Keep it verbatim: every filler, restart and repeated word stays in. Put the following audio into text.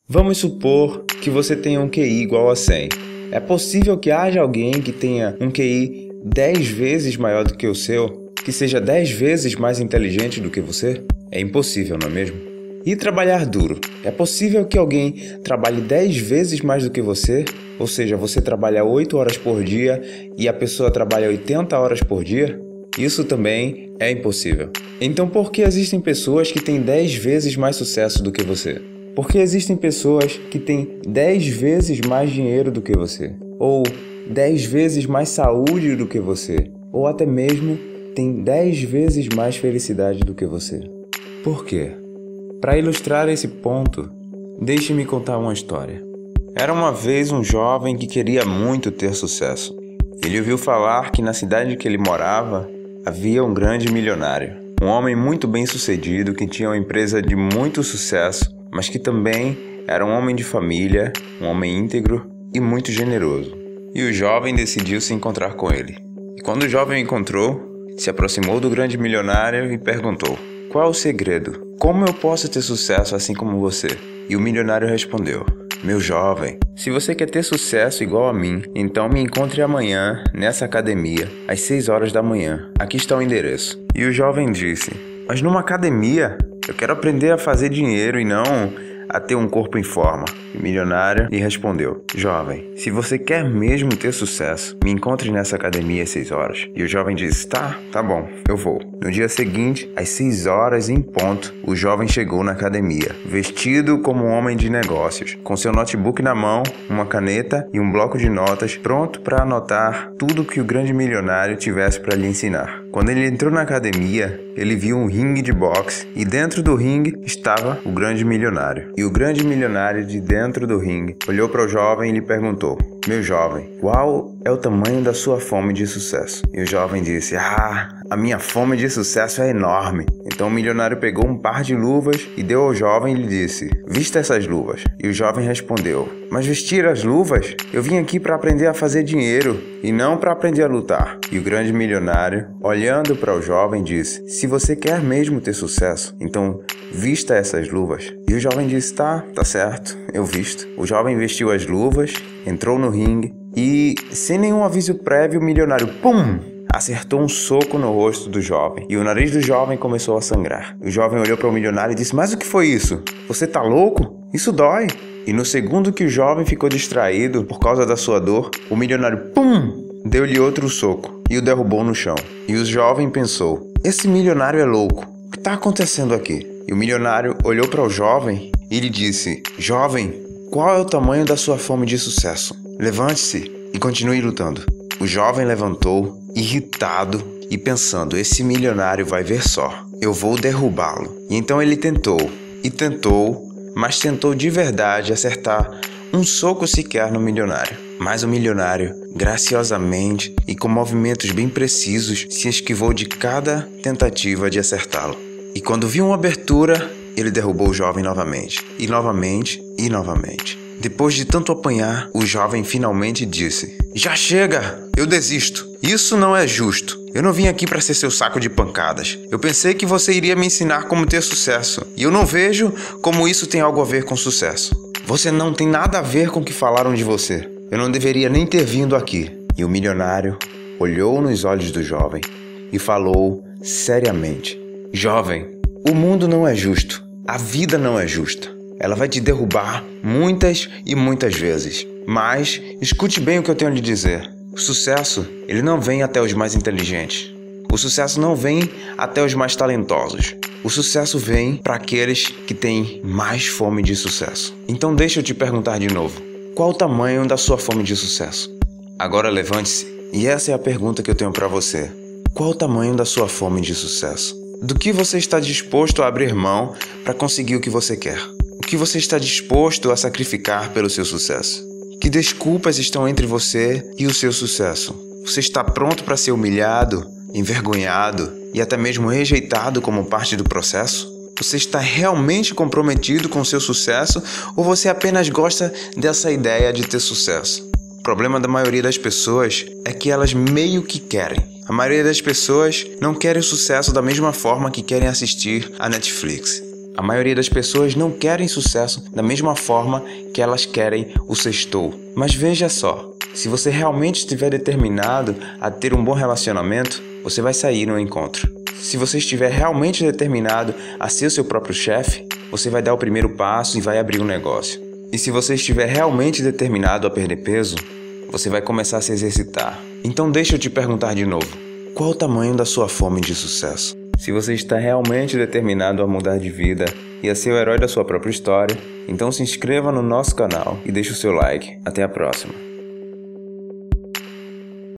Vamos supor que você tenha um Q I igual a cem. É possível que haja alguém que tenha um Q I dez vezes maior do que o seu, que seja dez vezes mais inteligente do que você? É impossível, não é mesmo? E trabalhar duro? É possível que alguém trabalhe dez vezes mais do que você? Ou seja, você trabalha oito horas por dia e a pessoa trabalha oitenta horas por dia? Isso também é impossível. Então por que existem pessoas que têm dez vezes mais sucesso do que você? Por que existem pessoas que têm dez vezes mais dinheiro do que você? Ou dez vezes mais saúde do que você? Ou até mesmo têm dez vezes mais felicidade do que você? Por quê? Para ilustrar esse ponto, deixe-me contar uma história. Era uma vez um jovem que queria muito ter sucesso. Ele ouviu falar que na cidade que ele morava havia um grande milionário, um homem muito bem-sucedido que tinha uma empresa de muito sucesso, mas que também era um homem de família, um homem íntegro e muito generoso. E o jovem decidiu se encontrar com ele. E quando o jovem o encontrou, se aproximou do grande milionário e perguntou: "Qual é o segredo? Como eu posso ter sucesso assim como você?" E o milionário respondeu: "Meu jovem, se você quer ter sucesso igual a mim, então me encontre amanhã nessa academia, às seis horas da manhã. Aqui está o endereço." E o jovem disse: "Mas numa academia? Eu quero aprender a fazer dinheiro e não a ter um corpo em forma." E o milionário lhe respondeu: "Jovem, se você quer mesmo ter sucesso, me encontre nessa academia às seis horas." E o jovem disse: Tá, tá bom, eu vou." No dia seguinte, às seis horas em ponto, o jovem chegou na academia, vestido como um homem de negócios, com seu notebook na mão, uma caneta e um bloco de notas, pronto para anotar tudo que o grande milionário tivesse para lhe ensinar. Quando ele entrou na academia, ele viu um ringue de boxe e dentro do ringue estava o grande milionário. E o grande milionário de dentro do ringue olhou para o jovem e lhe perguntou: "Meu jovem, qual é o tamanho da sua fome de sucesso?" E o jovem disse: "Ah, a minha fome de sucesso é enorme." Então o milionário pegou um par de luvas e deu ao jovem e lhe disse: "Vista essas luvas." E o jovem respondeu: "Mas vestir as luvas? Eu vim aqui para aprender a fazer dinheiro e não para aprender a lutar." E o grande milionário, olhando para o jovem, disse: "Se você quer mesmo ter sucesso, então vista essas luvas." E o jovem disse: Tá, tá certo, eu visto." O jovem vestiu as luvas, entrou no ringue e, sem nenhum aviso prévio, o milionário, pum! acertou um soco no rosto do jovem. E o nariz do jovem começou a sangrar. O jovem olhou para o milionário e disse: "Mas o que foi isso? Você tá louco? Isso dói." E no segundo que o jovem ficou distraído por causa da sua dor, o milionário, pum! deu-lhe outro soco e o derrubou no chão. E o jovem pensou: "Esse milionário é louco. O que está acontecendo aqui?" E o milionário olhou para o jovem e lhe disse: "Jovem, qual é o tamanho da sua fome de sucesso? Levante-se e continue lutando." O jovem levantou, irritado e pensando: "Esse milionário vai ver só. Eu vou derrubá-lo." E então ele tentou, e tentou, mas tentou de verdade acertar um soco sequer no milionário. Mas o milionário, graciosamente e com movimentos bem precisos, se esquivou de cada tentativa de acertá-lo. E quando viu uma abertura, ele derrubou o jovem novamente, e novamente, e novamente. Depois de tanto apanhar, o jovem finalmente disse: "Já chega! Eu desisto. Isso não é justo. Eu não vim aqui para ser seu saco de pancadas. Eu pensei que você iria me ensinar como ter sucesso. E eu não vejo como isso tem algo a ver com sucesso. Você não tem nada a ver com o que falaram de você. Eu não deveria nem ter vindo aqui." E o milionário olhou nos olhos do jovem e falou seriamente: "Jovem, o mundo não é justo. A vida não é justa. Ela vai te derrubar muitas e muitas vezes. Mas escute bem o que eu tenho a lhe dizer. O sucesso, ele não vem até os mais inteligentes. O sucesso não vem até os mais talentosos. O sucesso vem para aqueles que têm mais fome de sucesso." Então deixa eu te perguntar de novo: qual o tamanho da sua fome de sucesso? Agora levante-se e essa é a pergunta que eu tenho para você. Qual o tamanho da sua fome de sucesso? Do que você está disposto a abrir mão para conseguir o que você quer? O que você está disposto a sacrificar pelo seu sucesso? Que desculpas estão entre você e o seu sucesso? Você está pronto para ser humilhado, envergonhado e até mesmo rejeitado como parte do processo? Você está realmente comprometido com o seu sucesso ou você apenas gosta dessa ideia de ter sucesso? O problema da maioria das pessoas é que elas meio que querem. A maioria das pessoas não querem o sucesso da mesma forma que querem assistir a Netflix. A maioria das pessoas não querem sucesso da mesma forma que elas querem o sextou. Mas veja só, se você realmente estiver determinado a ter um bom relacionamento, você vai sair no encontro. Se você estiver realmente determinado a ser o seu próprio chefe, você vai dar o primeiro passo e vai abrir um negócio. E se você estiver realmente determinado a perder peso, você vai começar a se exercitar. Então deixa eu te perguntar de novo, qual o tamanho da sua fome de sucesso? Se você está realmente determinado a mudar de vida e a ser o herói da sua própria história, então se inscreva no nosso canal e deixe o seu like. Até a próxima.